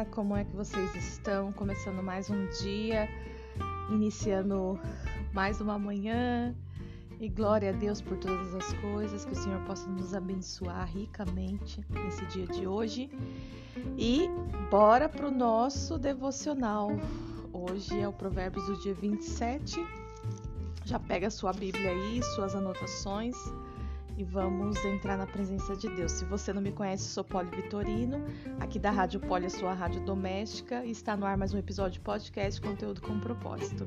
dia, como é que vocês estão? Começando mais um dia, iniciando mais uma manhã, e glória a Deus por todas as coisas, que o Senhor possa nos abençoar ricamente nesse dia de hoje. E bora pro nosso devocional. Hoje é o Provérbios do dia 27. Já pega a sua Bíblia aí, suas anotações, e vamos entrar na presença de Deus. Se você não me conhece, sou Poli Vitorino, aqui da Rádio Poli, a sua rádio doméstica, e está no ar mais um episódio de podcast, conteúdo com propósito.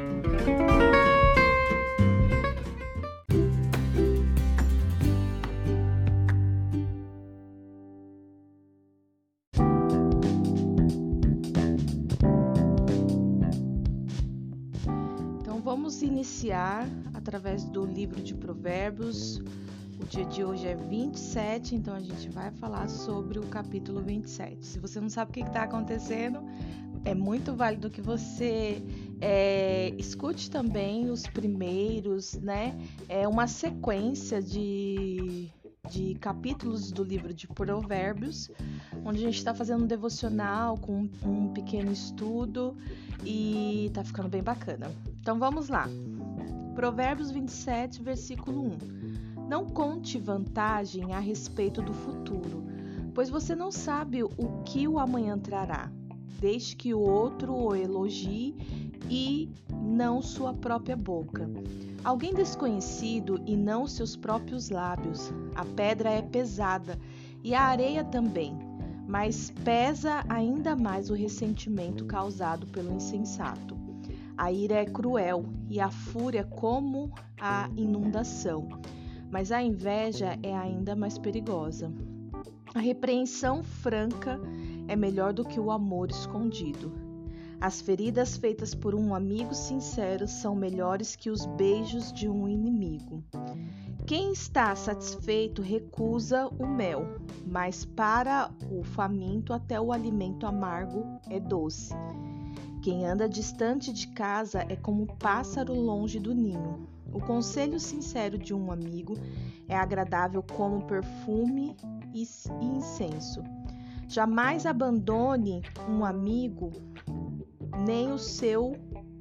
Então vamos iniciar através do livro de Provérbios. O dia de hoje é 27, então a gente vai falar sobre o capítulo 27. Se você não sabe o que está acontecendo, é muito válido que você escute também os primeiros, né? É uma sequência de capítulos do livro de Provérbios, onde a gente está fazendo um devocional com um pequeno estudo e tá ficando bem bacana. Então vamos lá. Provérbios 27, versículo 1. Não conte vantagem a respeito do futuro, pois você não sabe o que o amanhã trará. Deixe que o outro o elogie e não sua própria boca. Alguém desconhecido e não seus próprios lábios. A pedra é pesada e a areia também, mas pesa ainda mais o ressentimento causado pelo insensato. A ira é cruel e a fúria como a inundação. Mas a inveja é ainda mais perigosa. A repreensão franca é melhor do que o amor escondido. As feridas feitas por um amigo sincero são melhores que os beijos de um inimigo. Quem está satisfeito recusa o mel, mas para o faminto até o alimento amargo é doce. Quem anda distante de casa é como um pássaro longe do ninho. O conselho sincero de um amigo é agradável como perfume e incenso. Jamais abandone um amigo, nem o seu...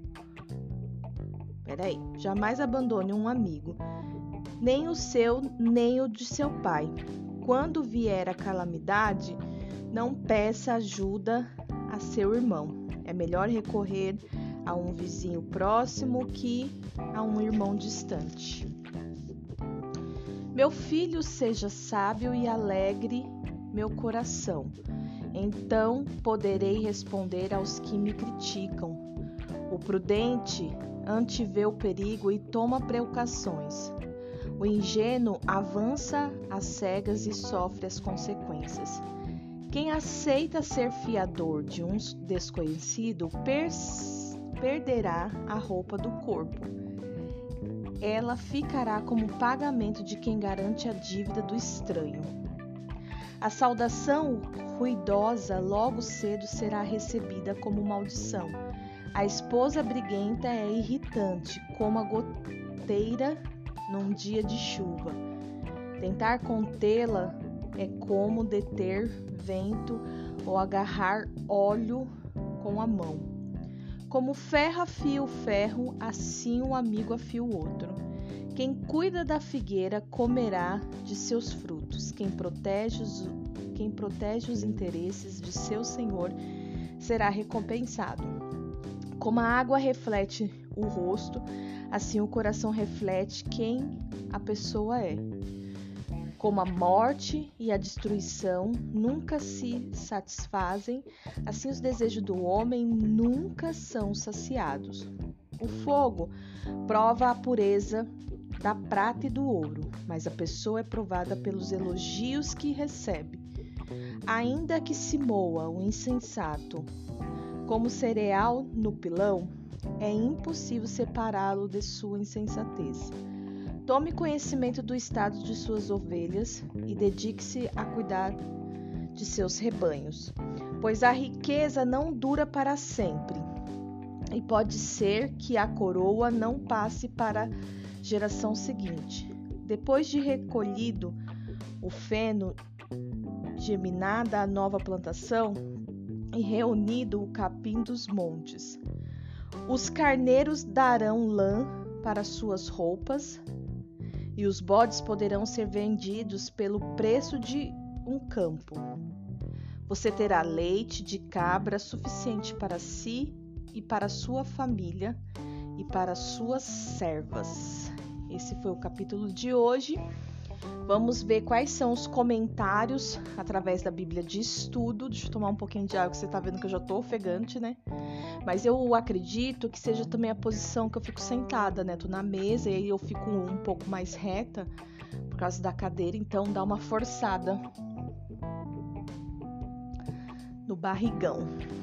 Jamais abandone um amigo, nem o seu, nem o de seu pai. Quando vier a calamidade, não peça ajuda a seu irmão. É melhor recorrer a um vizinho próximo que a um irmão distante. Meu filho, seja sábio e alegre meu coração. Então poderei responder aos que me criticam. O prudente antevê o perigo e toma precauções. O ingênuo avança às cegas e sofre as consequências. Quem aceita ser fiador de um desconhecido perderá a roupa do corpo. Ela ficará como pagamento de quem garante a dívida do estranho. A saudação ruidosa logo cedo será recebida como maldição. A esposa briguenta é irritante, como a goteira num dia de chuva. Tentar contê-la é como deter vento ou agarrar óleo com a mão. Como ferro afia o ferro, assim um amigo afia o outro. Quem cuida da figueira comerá de seus frutos. Quem protege os interesses de seu senhor será recompensado. Como a água reflete o rosto, assim o coração reflete quem a pessoa é. Como a morte e a destruição nunca se satisfazem, assim os desejos do homem nunca são saciados. O fogo prova a pureza da prata e do ouro, mas a pessoa é provada pelos elogios que recebe. Ainda que se moa o insensato como cereal no pilão, é impossível separá-lo de sua insensatez. Tome conhecimento do estado de suas ovelhas e dedique-se a cuidar de seus rebanhos, pois a riqueza não dura para sempre, e pode ser que a coroa não passe para a geração seguinte. Depois de recolhido o feno, geminada a nova plantação, e reunido o capim dos montes. Os carneiros darão lã para suas roupas, e os bodes poderão ser vendidos pelo preço de um campo. Você terá leite de cabra suficiente para si e para sua família e para suas servas. Esse foi o capítulo de hoje. Vamos ver quais são os comentários através da Bíblia de Estudo. Deixa eu tomar um pouquinho de água, que você tá vendo que eu já tô ofegante, né? Mas eu acredito que seja também a posição que eu fico sentada, né? Tô na mesa e aí eu fico um pouco mais reta por causa da cadeira, então dá uma forçada no barrigão.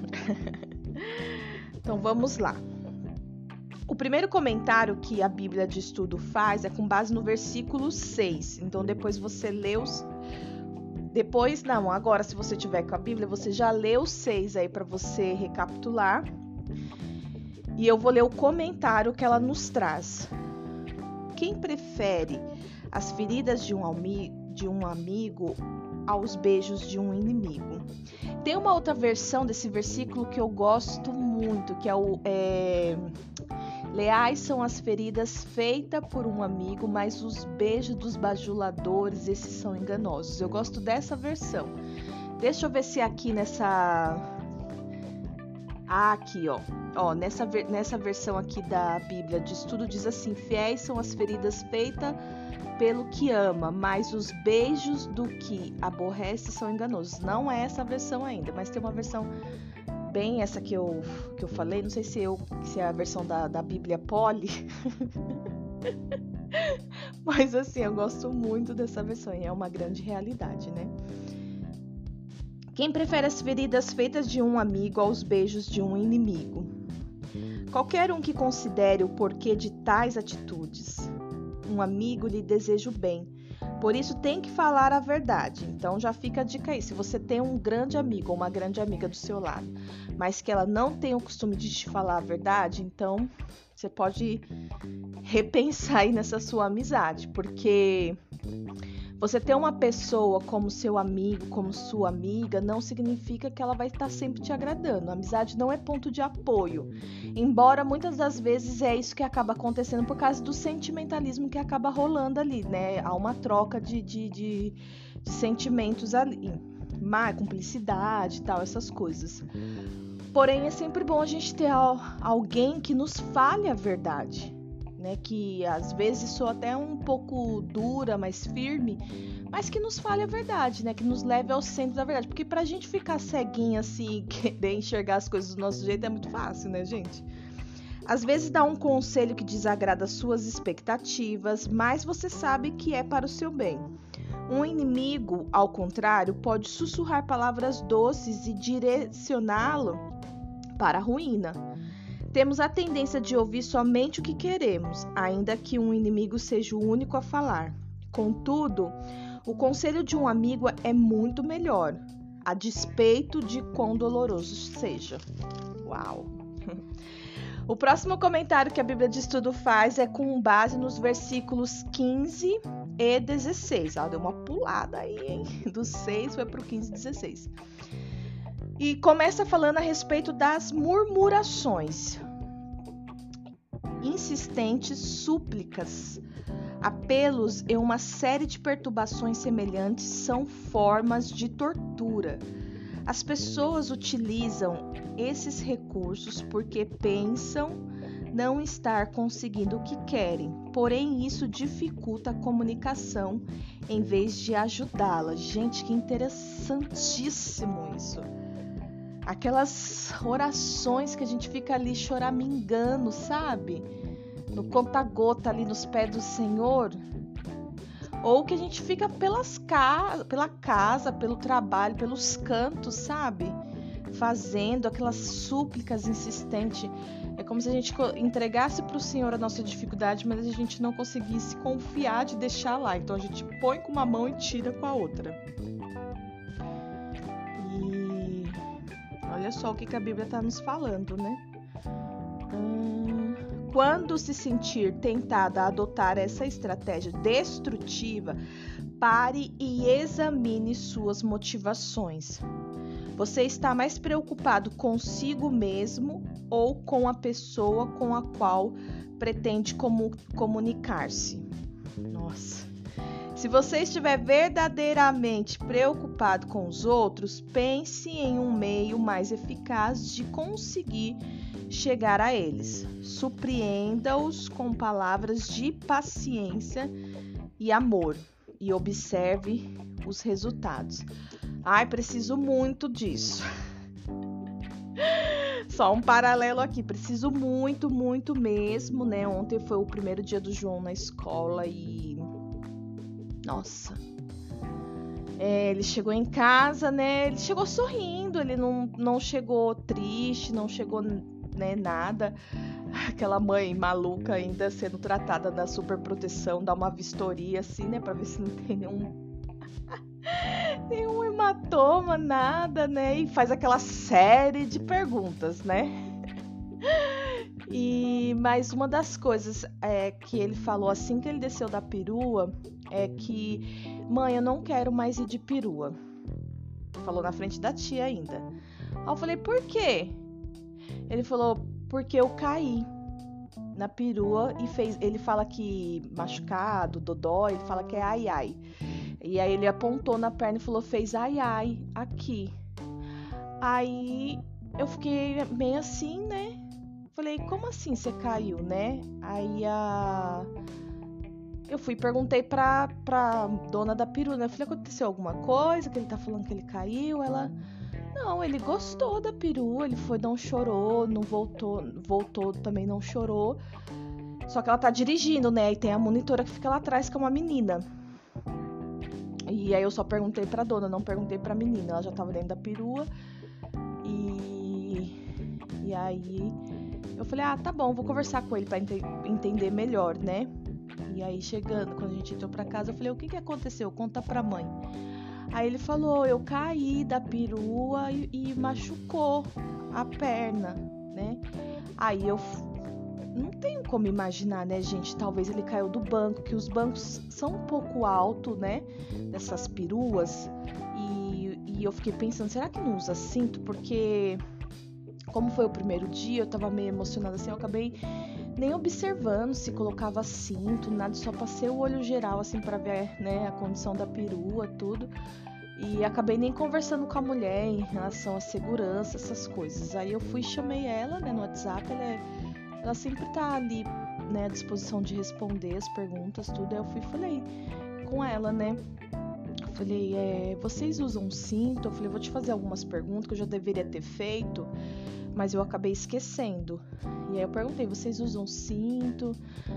Então vamos lá. O primeiro comentário que a Bíblia de Estudo faz é com base no versículo 6. Então depois você lê os... Agora se você tiver com a Bíblia, você já lê os 6 aí para você recapitular. E eu vou ler o comentário que ela nos traz. Quem prefere as feridas de um amigo aos beijos de um inimigo? Tem uma outra versão desse versículo que eu gosto muito, que é leais são as feridas feitas por um amigo, mas os beijos dos bajuladores, esses são enganosos. Eu gosto dessa versão. Deixa eu ver se aqui nessa... aqui, ó, nessa versão aqui da Bíblia de Estudo diz assim: fiéis são as feridas feitas pelo que ama, mas os beijos do que aborrece são enganosos. Não é essa versão ainda, mas tem uma versão bem essa que eu falei, não sei se é a versão da Bíblia Poli, mas assim, eu gosto muito dessa versão e é uma grande realidade, né? Quem prefere as feridas feitas de um amigo aos beijos de um inimigo? Qualquer um que considere o porquê de tais atitudes. Um amigo lhe deseja o bem, por isso tem que falar a verdade. Então já fica a dica aí, se você tem um grande amigo ou uma grande amiga do seu lado, mas que ela não tem o costume de te falar a verdade, então você pode repensar aí nessa sua amizade, porque você ter uma pessoa como seu amigo, como sua amiga, não significa que ela vai estar sempre te agradando. A amizade não é ponto de apoio. Embora muitas das vezes é isso que acaba acontecendo por causa do sentimentalismo que acaba rolando ali, né? Há uma troca de sentimentos ali. Má cumplicidade e tal, essas coisas. Porém, é sempre bom a gente ter alguém que nos fale a verdade. Né, que às vezes sou até um pouco dura, mais firme, mas que nos fale a verdade, né, que nos leve ao centro da verdade, porque pra gente ficar ceguinha assim, querer enxergar as coisas do nosso jeito é muito fácil, né, gente? Às vezes dá um conselho que desagrada as suas expectativas, mas você sabe que é para o seu bem. Um inimigo, ao contrário, pode sussurrar palavras doces e direcioná-lo para a ruína. Temos a tendência de ouvir somente o que queremos, ainda que um inimigo seja o único a falar. Contudo, o conselho de um amigo é muito melhor, a despeito de quão doloroso seja. Uau! O próximo comentário que a Bíblia de Estudo faz é com base nos versículos 15 e 16. Ela deu uma pulada aí, hein? Do 6 foi para o 15 e 16. E começa falando a respeito das murmurações, insistentes súplicas, apelos e uma série de perturbações semelhantes são formas de tortura. As pessoas utilizam esses recursos porque pensam não estar conseguindo o que querem, porém isso dificulta a comunicação em vez de ajudá-la. Gente, que interessantíssimo isso! Aquelas orações que a gente fica ali choramingando, sabe? No conta-gota ali nos pés do Senhor. Ou que a gente fica pela casa, pelo trabalho, pelos cantos, sabe? Fazendo aquelas súplicas insistentes. É como se a gente entregasse para o Senhor a nossa dificuldade, mas a gente não conseguisse confiar de deixar lá. Então a gente põe com uma mão e tira com a outra. Olha só o que a Bíblia está nos falando, né? Quando se sentir tentada a adotar essa estratégia destrutiva, pare e examine suas motivações. Você está mais preocupado consigo mesmo ou com a pessoa com a qual pretende comunicar-se? Nossa. Se você estiver verdadeiramente preocupado com os outros, pense em um meio mais eficaz de conseguir chegar a eles. Surpreenda-os com palavras de paciência e amor e observe os resultados. Ai, preciso muito disso. Só um paralelo aqui, preciso muito, muito mesmo, né? Ontem foi o primeiro dia do João na escola e... Nossa. Ele chegou em casa, né? Ele chegou sorrindo, ele não chegou triste, não chegou, né, nada. Aquela mãe maluca ainda sendo tratada na superproteção, dá uma vistoria assim, né? Pra ver se não tem nenhum hematoma, nada, né? E faz aquela série de perguntas, né? Mas uma das coisas que ele falou assim que ele desceu da perua é que, mãe, eu não quero mais ir de perua. Falou na frente da tia ainda. Aí eu falei, por quê? Ele falou, porque eu caí na perua e fez. Ele fala que machucado, dodói, ele fala que é ai ai. E aí ele apontou na perna e falou, fez ai ai aqui. Aí eu fiquei meio assim, né? Falei, como assim você caiu, né? Aí eu fui e perguntei pra dona da perua, né? Eu falei, aconteceu alguma coisa? Que ele tá falando que ele caiu? Ela, não, ele gostou da perua, ele foi, não chorou, não voltou também não chorou. Só que ela tá dirigindo, né? E tem a monitora que fica lá atrás, que é uma menina. E aí eu só perguntei pra dona, não perguntei pra menina. Ela já tava dentro da perua. E aí eu falei, tá bom, vou conversar com ele pra entender melhor, né? E aí chegando, quando a gente entrou pra casa, eu falei, o que aconteceu? Conta pra mãe. Aí ele falou, eu caí da perua e machucou a perna, né? Aí eu não tenho como imaginar, né, gente? Talvez ele caiu do banco, que os bancos são um pouco altos, né? Dessas peruas. E eu fiquei pensando, será que não usa cinto? Porque, como foi o primeiro dia, eu tava meio emocionada assim, eu acabei nem observando se colocava cinto, nada, só passei o olho geral, assim, pra ver, né, a condição da perua, tudo. E acabei nem conversando com a mulher em relação à segurança, essas coisas. Aí eu fui e chamei ela, né, no WhatsApp, ela sempre tá ali, né, à disposição de responder as perguntas, tudo. Aí eu fui e falei com ela, né, falei, vocês usam cinto? Eu falei, vou te fazer algumas perguntas que eu já deveria ter feito, mas eu acabei esquecendo. E aí eu perguntei, vocês usam cinto?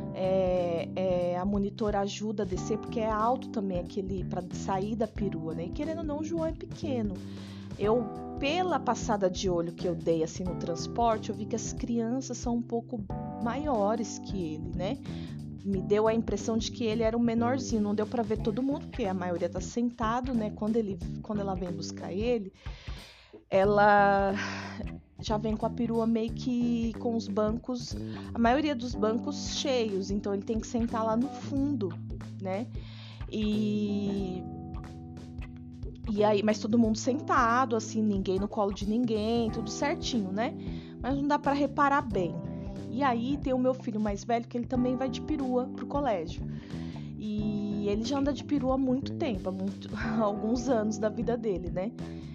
A monitora ajuda a descer, porque é alto também aquele para sair da perua, né? E querendo ou não, o João é pequeno. Pela passada de olho que eu dei assim no transporte, eu vi que as crianças são um pouco maiores que ele, né? Me deu a impressão de que ele era um menorzinho, não deu para ver todo mundo, porque a maioria tá sentado, né? Quando ela vem buscar ele, ela já vem com a perua meio que com os bancos, a maioria dos bancos cheios, então ele tem que sentar lá no fundo, né? E aí, mas todo mundo sentado, assim, ninguém no colo de ninguém, tudo certinho, né? Mas não dá para reparar bem. E aí tem o meu filho mais velho, que ele também vai de perua pro colégio. E ele já anda de perua há muito tempo, há alguns anos da vida dele, né?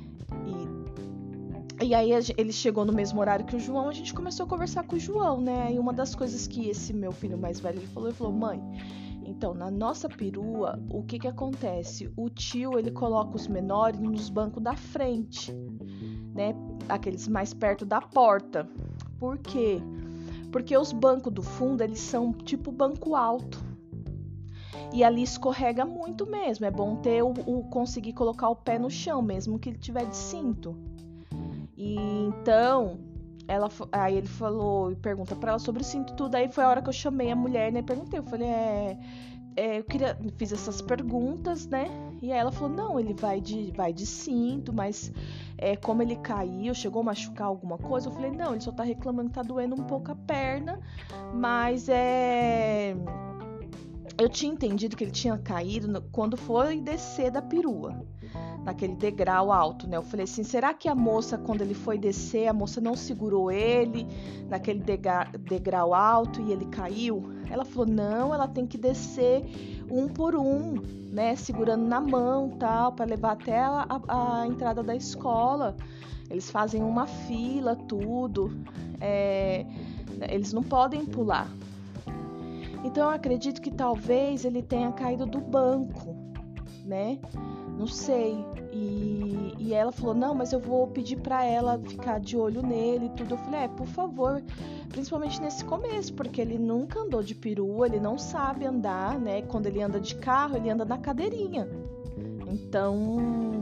E aí ele chegou no mesmo horário que o João, a gente começou a conversar com o João, né? E uma das coisas que esse meu filho mais velho ele falou, mãe, então, na nossa perua, o que acontece? O tio, ele coloca os menores nos bancos da frente, né? Aqueles mais perto da porta. Por quê? Porque os bancos do fundo, eles são tipo banco alto. E ali escorrega muito mesmo. É bom ter conseguir colocar o pé no chão, mesmo que ele tiver de cinto. E então, aí ele falou e pergunta pra ela sobre o cinto tudo. Aí foi a hora que eu chamei a mulher, né? Perguntei, eu falei, fiz essas perguntas, né? E aí ela falou, não, ele vai de cinto, mas como ele caiu, chegou a machucar alguma coisa? Eu falei, não, ele só tá reclamando que tá doendo um pouco a perna, mas Eu tinha entendido que ele tinha caído quando foi descer da perua, naquele degrau alto, né? Eu falei assim, será que a moça, quando ele foi descer, a moça não segurou ele naquele degrau alto e ele caiu? Ela falou, não, ela tem que descer um por um, né? Segurando na mão, tal, para levar até a entrada da escola. Eles fazem uma fila, tudo. Eles não podem pular. Então eu acredito que talvez ele tenha caído do banco, né? Não sei. E ela falou, não, mas eu vou pedir pra ela ficar de olho nele e tudo. Eu falei, por favor, principalmente nesse começo, porque ele nunca andou de perua, ele não sabe andar, né? Quando ele anda de carro, ele anda na cadeirinha. Então,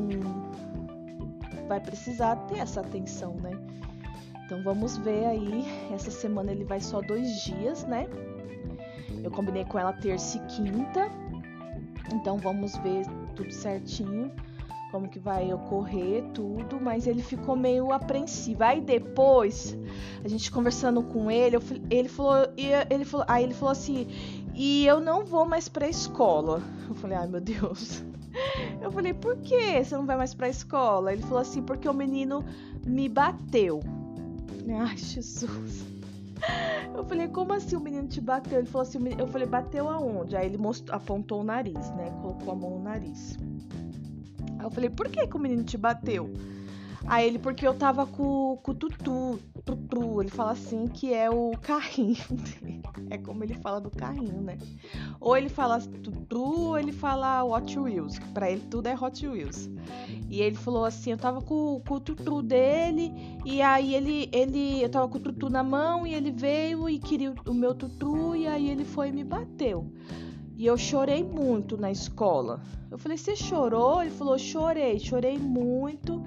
vai precisar ter essa atenção, né? Então vamos ver aí, essa semana ele vai só 2 dias, né? Eu combinei com ela terça e quinta, então vamos ver tudo certinho, como que vai ocorrer tudo, mas ele ficou meio apreensivo. Aí depois, a gente conversando com ele, ele falou assim, e eu não vou mais pra escola. Eu falei, ai meu Deus. Eu falei, por que você não vai mais pra escola? Ele falou assim, porque o menino me bateu. Ai, Jesus. Eu falei, como assim o menino te bateu? Ele falou assim, eu falei, bateu aonde? Aí ele apontou o nariz, né? Colocou a mão no nariz. Aí eu falei, por que o menino te bateu? Aí ele, porque eu tava com o tutu. Ele fala assim que é o carrinho dele. É como ele fala do carrinho, né? Ou ele fala tutu, ou ele fala Hot Wheels, que pra ele tudo é Hot Wheels. E ele falou assim, eu tava com o tutu dele, e aí eu tava com o tutu na mão, e ele veio e queria o meu tutu, e aí ele foi e me bateu. E eu chorei muito na escola. Eu falei, você chorou? Ele falou, chorei muito.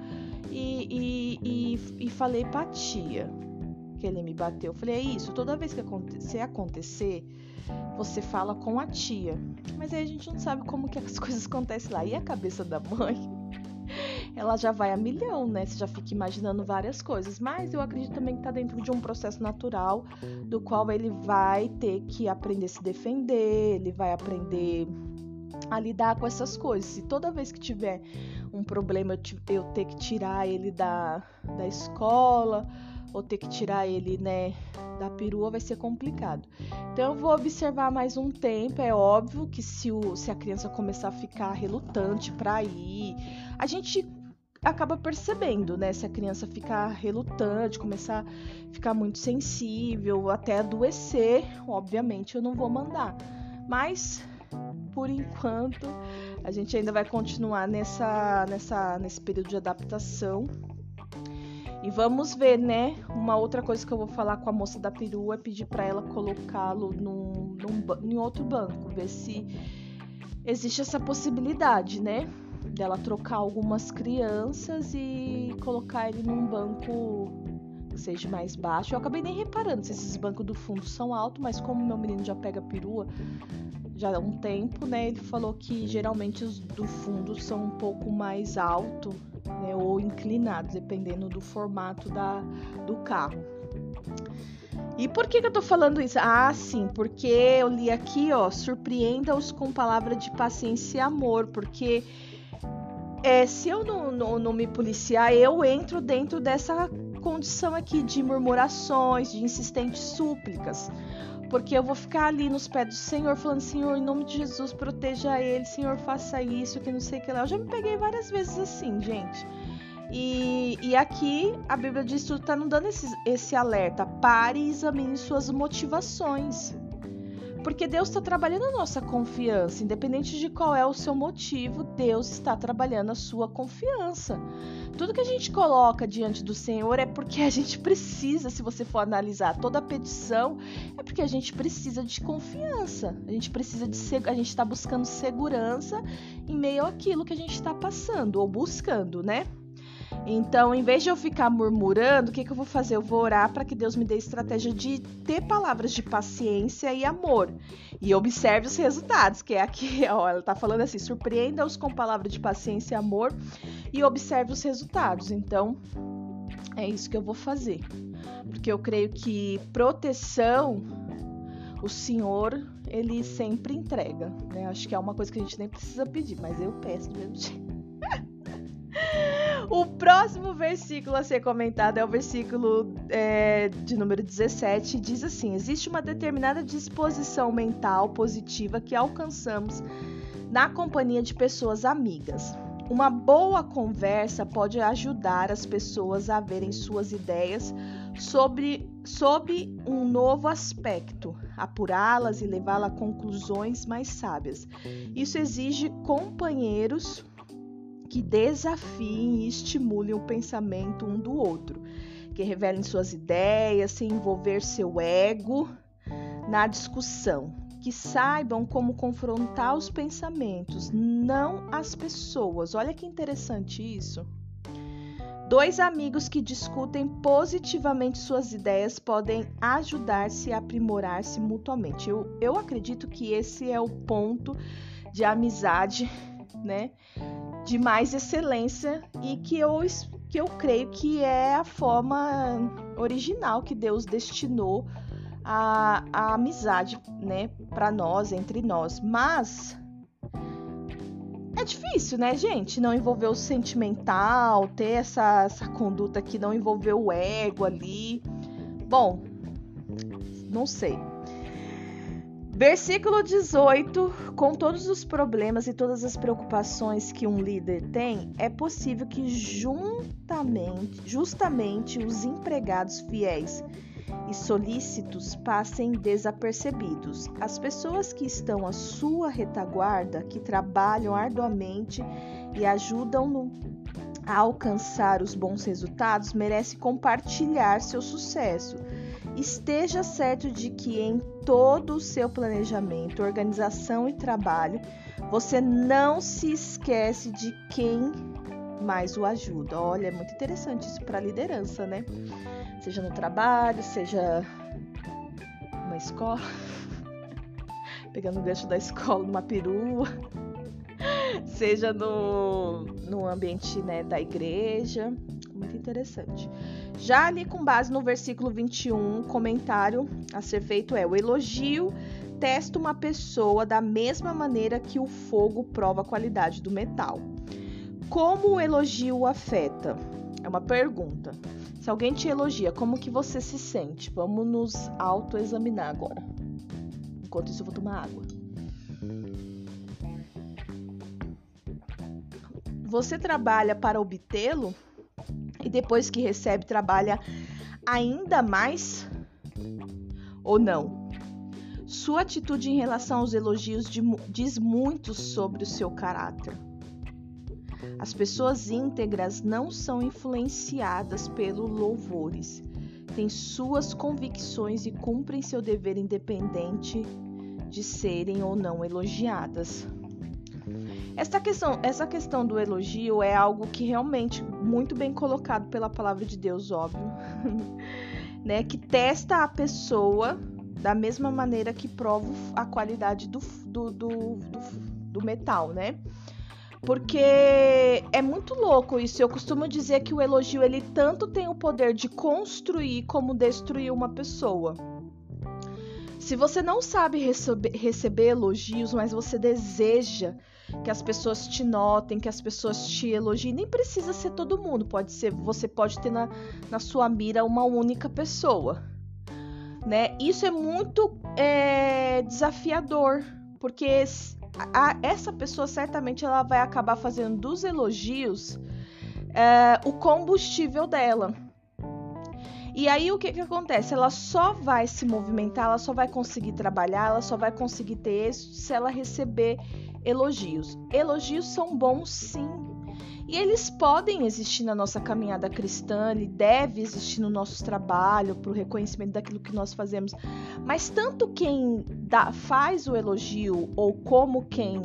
E falei pra tia que ele me bateu. Eu falei, é isso, toda vez que acontecer, você fala com a tia. Mas aí a gente não sabe como que as coisas acontecem lá. E a cabeça da mãe, ela já vai a milhão, né? Você já fica imaginando várias coisas. Mas eu acredito também que tá dentro de um processo natural, do qual ele vai ter que aprender a se defender, ele vai aprender a lidar com essas coisas. E toda vez que tiver um problema, eu ter que tirar ele da escola, ou ter que tirar ele, né, da perua, vai ser complicado. Então eu vou observar mais um tempo. É óbvio que se a criança começar a ficar relutante para ir, a gente acaba percebendo, né, se a criança ficar relutante, começar a ficar muito sensível, até adoecer, obviamente eu não vou mandar. Mas por enquanto, a gente ainda vai continuar nesse período de adaptação. E vamos ver, né? Uma outra coisa que eu vou falar com a moça da perua é pedir para ela colocá-lo em outro banco, ver se existe essa possibilidade, né? Dela trocar algumas crianças e colocar ele num banco que seja mais baixo. Eu acabei nem reparando se esses bancos do fundo são altos, mas como meu menino já pega perua já há um tempo, né? Ele falou que geralmente os do fundo são um pouco mais altos, né? Ou inclinados, dependendo do formato do carro. E por que eu tô falando isso? Ah, sim, porque eu li aqui, ó, surpreenda-os com palavra de paciência e amor, porque se eu não me policiar, eu entro dentro dessa condição aqui de murmurações, de insistentes súplicas. Porque eu vou ficar ali nos pés do Senhor, falando, Senhor, em nome de Jesus, proteja ele, Senhor, faça isso, que não sei o que lá. Eu já me peguei várias vezes assim, gente. E aqui a Bíblia diz que tá nos dando esse alerta. Pare e examine suas motivações. Porque Deus está trabalhando a nossa confiança. Independente de qual é o seu motivo, Deus está trabalhando a sua confiança. Tudo que a gente coloca diante do Senhor é porque a gente precisa, se você for analisar toda a petição, é porque a gente precisa de confiança. A gente está buscando segurança em meio àquilo que a gente está passando ou buscando, né? Então, em vez de eu ficar murmurando, o que eu vou fazer? Eu vou orar para que Deus me dê estratégia de ter palavras de paciência e amor. E observe os resultados, que é aqui, ó, ela tá falando assim, surpreenda-os com palavras de paciência e amor e observe os resultados. Então, é isso que eu vou fazer. Porque eu creio que proteção, o Senhor, ele sempre entrega, né? Acho que é uma coisa que a gente nem precisa pedir, mas eu peço do mesmo jeito. O próximo versículo a ser comentado é o versículo de número 17, diz assim: existe uma determinada disposição mental positiva que alcançamos na companhia de pessoas amigas. Uma boa conversa pode ajudar as pessoas a verem suas ideias sob um novo aspecto, apurá-las e levá-las a conclusões mais sábias. Isso exige companheiros que desafiem e estimulem o pensamento um do outro, que revelem suas ideias sem envolver seu ego na discussão, que saibam como confrontar os pensamentos, não as pessoas. Olha que interessante isso. Dois amigos que discutem positivamente suas ideias podem ajudar-se a aprimorar-se mutuamente. Eu acredito que esse é o ponto de amizade, né, de mais excelência e que eu creio que é a forma original que Deus destinou a amizade, né, para nós, entre nós. Mas é difícil, né, gente, não envolver o sentimental, ter essa conduta que não envolver o ego ali. Bom, não sei. Versículo 18, com todos os problemas e todas as preocupações que um líder tem, é possível que justamente os empregados fiéis e solícitos passem desapercebidos. As pessoas que estão à sua retaguarda, que trabalham arduamente e ajudam-no a alcançar os bons resultados, merecem compartilhar seu sucesso. Esteja certo de que em todo o seu planejamento, organização e trabalho, você não se esquece de quem mais o ajuda. Olha, é muito interessante isso para a liderança, né? Seja no trabalho, seja numa escola, pegando o gancho da escola, numa perua, seja no ambiente, né, da igreja. Muito interessante. Já ali com base no versículo 21, comentário a ser feito é: o elogio testa uma pessoa da mesma maneira que o fogo prova a qualidade do metal. Como o elogio o afeta? É uma pergunta. Se alguém te elogia, como que você se sente? Vamos nos autoexaminar agora. Enquanto isso, eu vou tomar água. Você trabalha para obtê-lo? E depois que recebe, trabalha ainda mais? Ou não? Sua atitude em relação aos elogios diz muito sobre o seu caráter. As pessoas íntegras não são influenciadas pelos louvores, têm suas convicções e cumprem seu dever independente de serem ou não elogiadas. Essa questão do elogio é algo que realmente muito bem colocado pela palavra de Deus, óbvio, né? Que testa a pessoa da mesma maneira que prova a qualidade do metal, né? Porque é muito louco isso. Eu costumo dizer que o elogio, ele tanto tem o poder de construir como destruir uma pessoa. Se você não sabe receber elogios, mas você deseja que as pessoas te notem, que as pessoas te elogiem, nem precisa ser todo mundo. Você pode ter na sua mira uma única pessoa, né? Isso é muito desafiador, porque essa pessoa certamente ela vai acabar fazendo dos elogios o combustível dela. E aí o que acontece? Ela só vai se movimentar, ela só vai conseguir trabalhar, ela só vai conseguir ter êxito se ela receber elogios. Elogios são bons, sim. E eles podem existir na nossa caminhada cristã, ele deve existir no nosso trabalho, para o reconhecimento daquilo que nós fazemos. Mas tanto quem faz o elogio, ou como quem...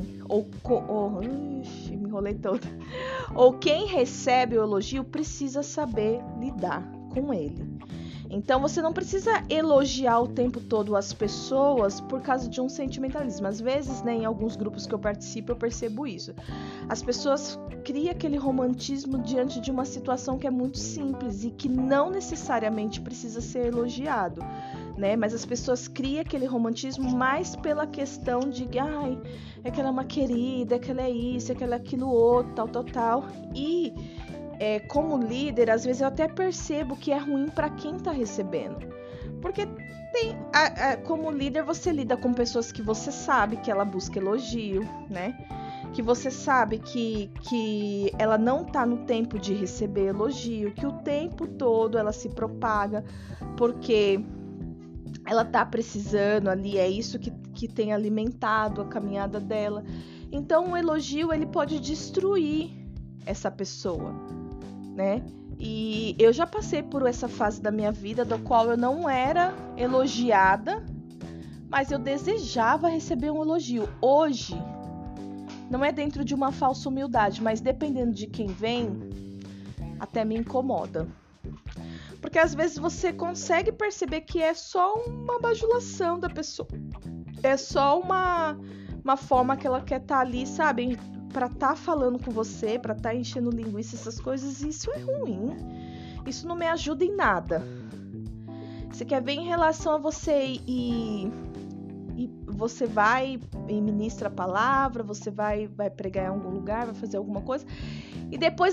me enrolei toda. Ou quem recebe o elogio, precisa saber lidar com ele. Então você não precisa elogiar o tempo todo as pessoas por causa de um sentimentalismo. Às vezes, né, em alguns grupos que eu participo, eu percebo isso. As pessoas criam aquele romantismo diante de uma situação que é muito simples e que não necessariamente precisa ser elogiado. né? Mas as pessoas criam aquele romantismo mais pela questão de, ai, é que ela é uma querida, é que ela é isso, é que ela é aquilo outro, tal. E como líder, às vezes eu até percebo que é ruim para quem tá recebendo. Porque como líder você lida com pessoas que você sabe que ela busca elogio, né? Que você sabe que ela não tá no tempo de receber elogio, que o tempo todo ela se propaga porque ela tá precisando ali, é isso que tem alimentado a caminhada dela. Então o elogio ele pode destruir essa pessoa, né? E eu já passei por essa fase da minha vida do qual eu não era elogiada, mas eu desejava receber um elogio. Hoje, não é dentro de uma falsa humildade, mas dependendo de quem vem, até me incomoda. Porque às vezes você consegue perceber que é só uma bajulação da pessoa. É só uma forma que ela quer estar ali, sabe? Pra estar falando com você, pra estar enchendo linguiça, essas coisas, isso é ruim. Isso não me ajuda em nada. Você quer ver em relação a você e você vai e ministra a palavra, você vai pregar em algum lugar, vai fazer alguma coisa, e depois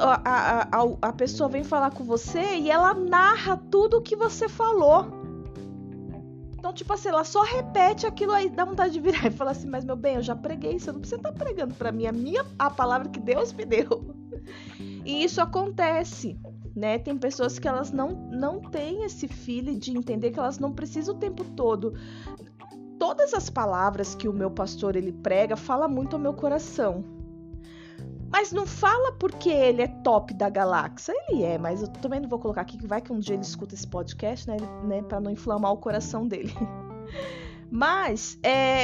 a pessoa vem falar com você e ela narra tudo o que você falou. Então, tipo assim, ela só repete aquilo aí, dá vontade de virar e falar assim, mas meu bem, eu já preguei, você não precisa estar pregando pra mim, a palavra que Deus me deu. E isso acontece, né? Tem pessoas que elas não têm esse feeling de entender que elas não precisam o tempo todo. Todas as palavras que o meu pastor ele prega, fala muito ao meu coração. Mas não fala porque ele é top da galáxia. Ele é, mas eu também não vou colocar aqui, que vai que um dia ele escuta esse podcast, né, para não inflamar o coração dele. Mas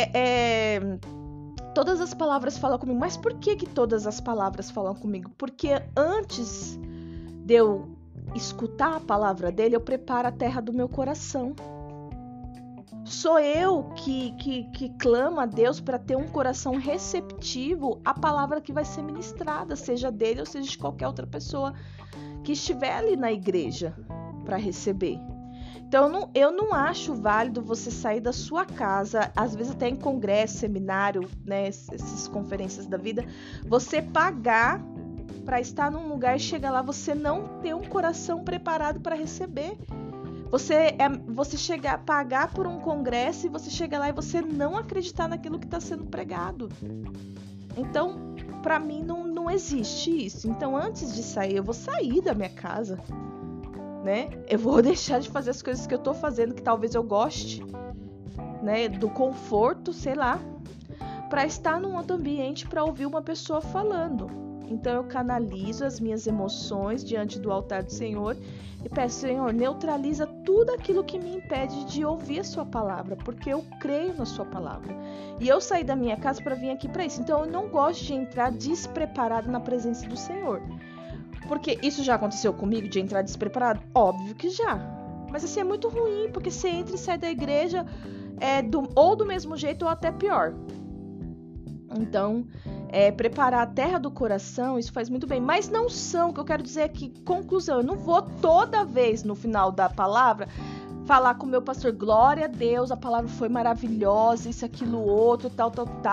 todas as palavras falam comigo. Mas por que todas as palavras falam comigo? Porque antes de eu escutar a palavra dele, eu preparo a terra do meu coração. Sou eu que clama a Deus para ter um coração receptivo à palavra que vai ser ministrada, seja dele ou seja de qualquer outra pessoa que estiver ali na igreja para receber. Então, eu não acho válido você sair da sua casa, às vezes até em congresso, seminário, né, essas conferências da vida, você pagar para estar num lugar e chegar lá, você não ter um coração preparado para receber. Você chegar a pagar por um congresso e você chegar lá e você não acreditar naquilo que está sendo pregado. Então, para mim, não existe isso. Então, antes de sair, eu vou sair da minha casa, né? Eu vou deixar de fazer as coisas que eu estou fazendo, que talvez eu goste, né? Do conforto, sei lá, para estar num outro ambiente, para ouvir uma pessoa falando. Então, eu canalizo as minhas emoções diante do altar do Senhor e peço, Senhor, neutraliza tudo aquilo que me impede de ouvir a sua palavra, porque eu creio na sua palavra. E eu saí da minha casa para vir aqui para isso. Então, eu não gosto de entrar despreparado na presença do Senhor. Porque isso já aconteceu comigo, de entrar despreparado? Óbvio que já. Mas assim, é muito ruim, porque você entra e sai da igreja ou do mesmo jeito ou até pior. Então, preparar a terra do coração, isso faz muito bem. Mas não são, o que eu quero dizer é que, conclusão, eu não vou toda vez no final da palavra falar com o meu pastor, glória a Deus, a palavra foi maravilhosa, isso, aquilo, outro, tal.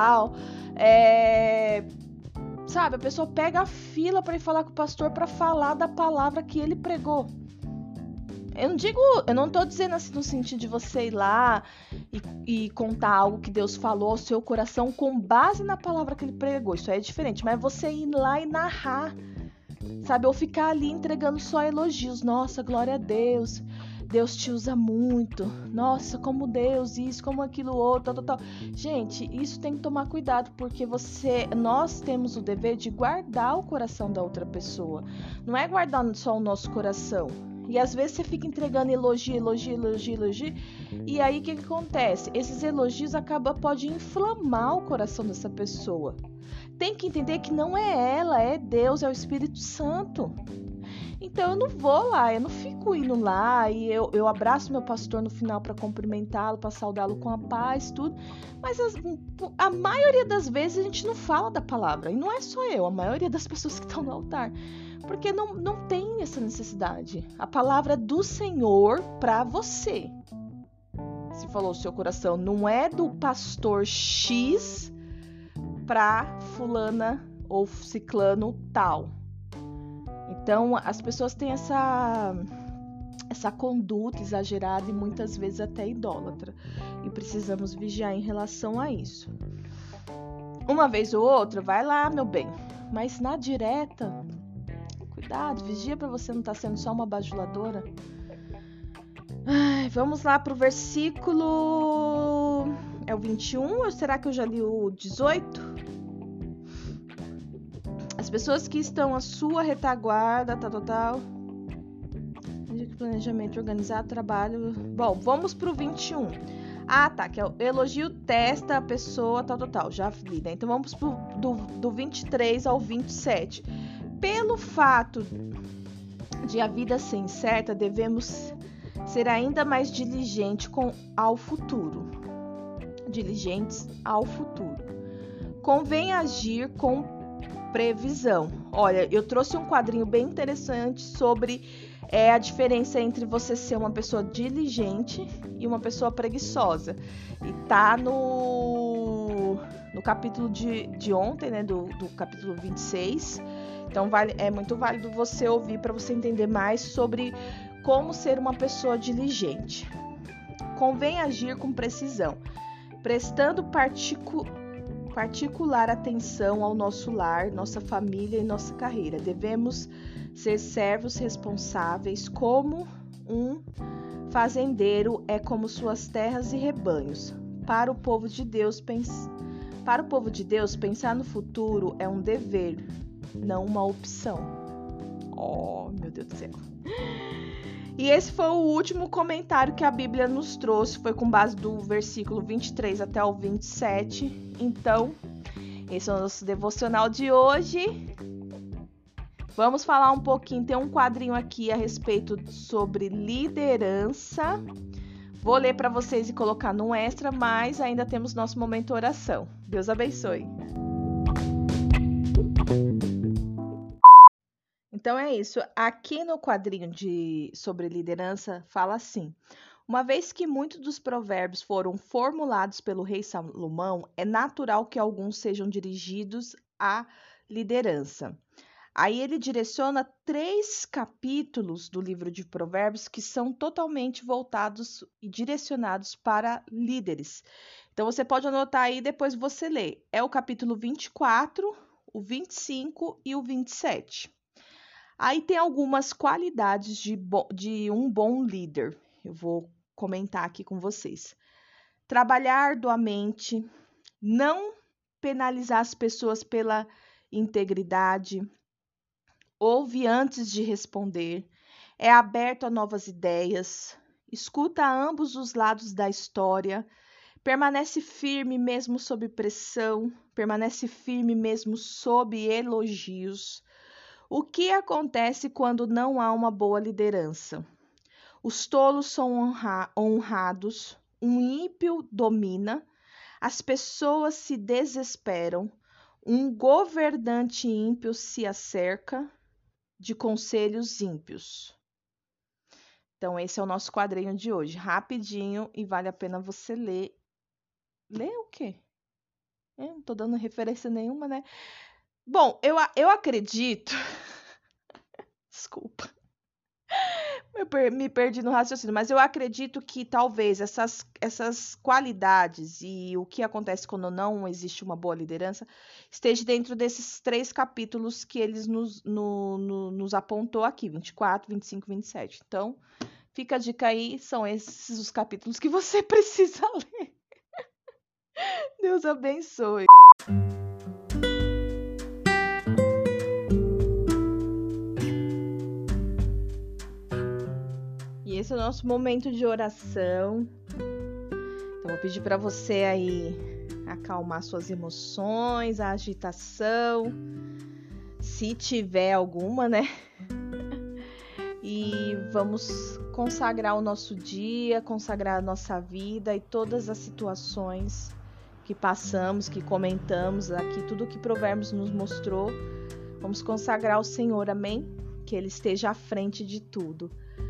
Sabe, a pessoa pega a fila para ir falar com o pastor para falar da palavra que ele pregou. Eu não tô dizendo assim no sentido de você ir lá e contar algo que Deus falou ao seu coração com base na palavra que ele pregou. Isso aí é diferente, mas você ir lá e narrar, sabe? Ou ficar ali entregando só elogios. Nossa, glória a Deus. Deus te usa muito. Nossa, como Deus, isso, como aquilo, outro, tal. Gente, isso tem que tomar cuidado, porque nós temos o dever de guardar o coração da outra pessoa. Não é guardar só o nosso coração. E às vezes você fica entregando elogio. E aí o que acontece? Esses elogios pode inflamar o coração dessa pessoa. Tem que entender que não é ela, é Deus, é o Espírito Santo. Então eu não vou lá, eu não fico indo lá e eu abraço meu pastor no final para cumprimentá-lo, para saudá-lo com a paz, tudo. Mas a maioria das vezes a gente não fala da palavra. E não é só eu, a maioria das pessoas que estão no altar. Porque não tem essa necessidade. A palavra é do Senhor para você. se falou seu coração, não é do pastor X para fulana ou ciclano tal. Então, as pessoas têm essa conduta exagerada e muitas vezes até idólatra. E precisamos vigiar em relação a isso. Uma vez ou outra, vai lá, meu bem. Mas na direta, cuidado, vigia para você não estar sendo só uma bajuladora. Vamos lá pro versículo... É o 21 ou será que eu já li o 18? As pessoas que estão à sua retaguarda, tal. Planejamento organizado, trabalho... Bom, vamos pro 21. Tá, que é o elogio testa a pessoa, tal. Já li, né? Então vamos do 23 ao 27. Pelo fato de a vida ser incerta, devemos ser ainda mais diligentes ao futuro. Diligentes ao futuro. Convém agir com previsão. Olha, eu trouxe um quadrinho bem interessante sobre a diferença entre você ser uma pessoa diligente e uma pessoa preguiçosa. E tá no capítulo de ontem, né, do capítulo 26. Então é muito válido você ouvir para você entender mais sobre como ser uma pessoa diligente. Convém agir com precisão, prestando particular atenção ao nosso lar, nossa família e nossa carreira. Devemos ser servos responsáveis, como um fazendeiro é como suas terras e rebanhos. Para o povo de Deus, pensar no futuro é um dever, não uma opção. Oh, meu Deus do céu. E esse foi o último comentário que a Bíblia nos trouxe, foi com base do versículo 23 até o 27. Então, esse é o nosso devocional de hoje. Vamos falar um pouquinho, tem um quadrinho aqui a respeito sobre liderança. Vou ler para vocês e colocar num extra, mas ainda temos nosso momento oração. Deus abençoe. Então é isso. Aqui no quadrinho sobre liderança fala assim: uma vez que muitos dos provérbios foram formulados pelo rei Salomão, é natural que alguns sejam dirigidos à liderança. Aí ele direciona 3 capítulos do livro de Provérbios que são totalmente voltados e direcionados para líderes. Então você pode anotar aí e depois você lê. É o capítulo 24, o 25 e o 27. Aí tem algumas qualidades de um bom líder. Eu vou comentar aqui com vocês. Trabalhar arduamente, não penalizar as pessoas pela integridade, ouve antes de responder, é aberto a novas ideias, escuta ambos os lados da história, permanece firme mesmo sob pressão, permanece firme mesmo sob elogios. O que acontece quando não há uma boa liderança? Os tolos são honrados, um ímpio domina, as pessoas se desesperam, um governante ímpio se acerca de conselhos ímpios. Então, esse é o nosso quadrinho de hoje. Rapidinho e vale a pena você ler. Ler o quê? Eu não tô dando referência nenhuma, né? Bom, eu acredito... Desculpa. Me perdi no raciocínio, mas eu acredito que talvez essas qualidades e o que acontece quando não existe uma boa liderança esteja dentro desses 3 capítulos que eles nos apontou aqui, 24, 25 e 27. Então, fica a dica aí, são esses os capítulos que você precisa ler. Deus abençoe. Esse é o nosso momento de oração. Então, vou pedir para você aí acalmar suas emoções, a agitação, se tiver alguma, né? E vamos consagrar o nosso dia, consagrar a nossa vida e todas as situações que passamos, que comentamos aqui, tudo que Provérbios nos mostrou. Vamos consagrar ao Senhor, amém? Que Ele esteja à frente de tudo.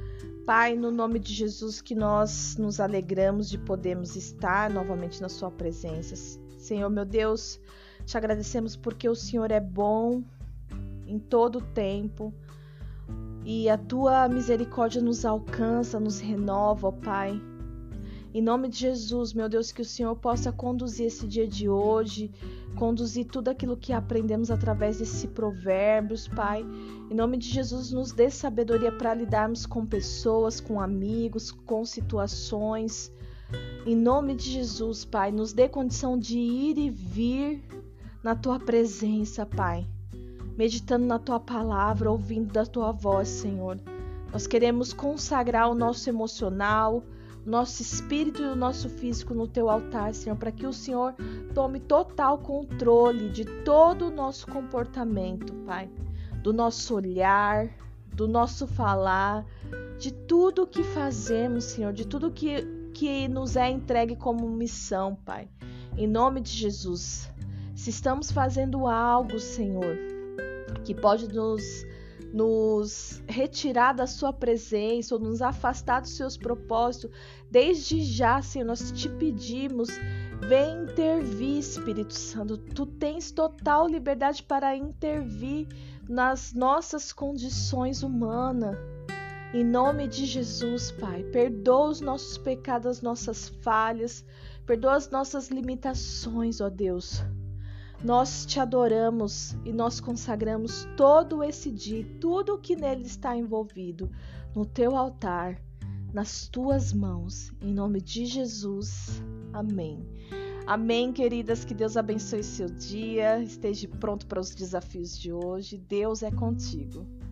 Pai, no nome de Jesus, que nós nos alegramos de podermos estar novamente na sua presença. Senhor, meu Deus, te agradecemos porque o Senhor é bom em todo o tempo e a tua misericórdia nos alcança, nos renova, ó Pai. Em nome de Jesus, meu Deus, que o Senhor possa conduzir esse dia de hoje, conduzir tudo aquilo que aprendemos através desse provérbios, Pai. Em nome de Jesus, nos dê sabedoria para lidarmos com pessoas, com amigos, com situações. Em nome de Jesus, Pai, nos dê condição de ir e vir na Tua presença, Pai. Meditando na Tua palavra, ouvindo da Tua voz, Senhor. Nós queremos consagrar o nosso emocional, nosso espírito e o nosso físico no Teu altar, Senhor, para que o Senhor tome total controle de todo o nosso comportamento, Pai, do nosso olhar, do nosso falar, de tudo que fazemos, Senhor, de tudo que nos é entregue como missão, Pai. Em nome de Jesus, se estamos fazendo algo, Senhor, que pode nos retirar da sua presença ou nos afastar dos seus propósitos, desde já, Senhor, nós te pedimos, vem intervir, Espírito Santo. Tu tens total liberdade para intervir nas nossas condições humanas. Em nome de Jesus, Pai, perdoa os nossos pecados, as nossas falhas, perdoa as nossas limitações, ó Deus. Nós te adoramos e nós consagramos todo esse dia, tudo o que nele está envolvido, no teu altar, nas tuas mãos, em nome de Jesus. Amém. Amém, queridas, que Deus abençoe seu dia, esteja pronto para os desafios de hoje. Deus é contigo.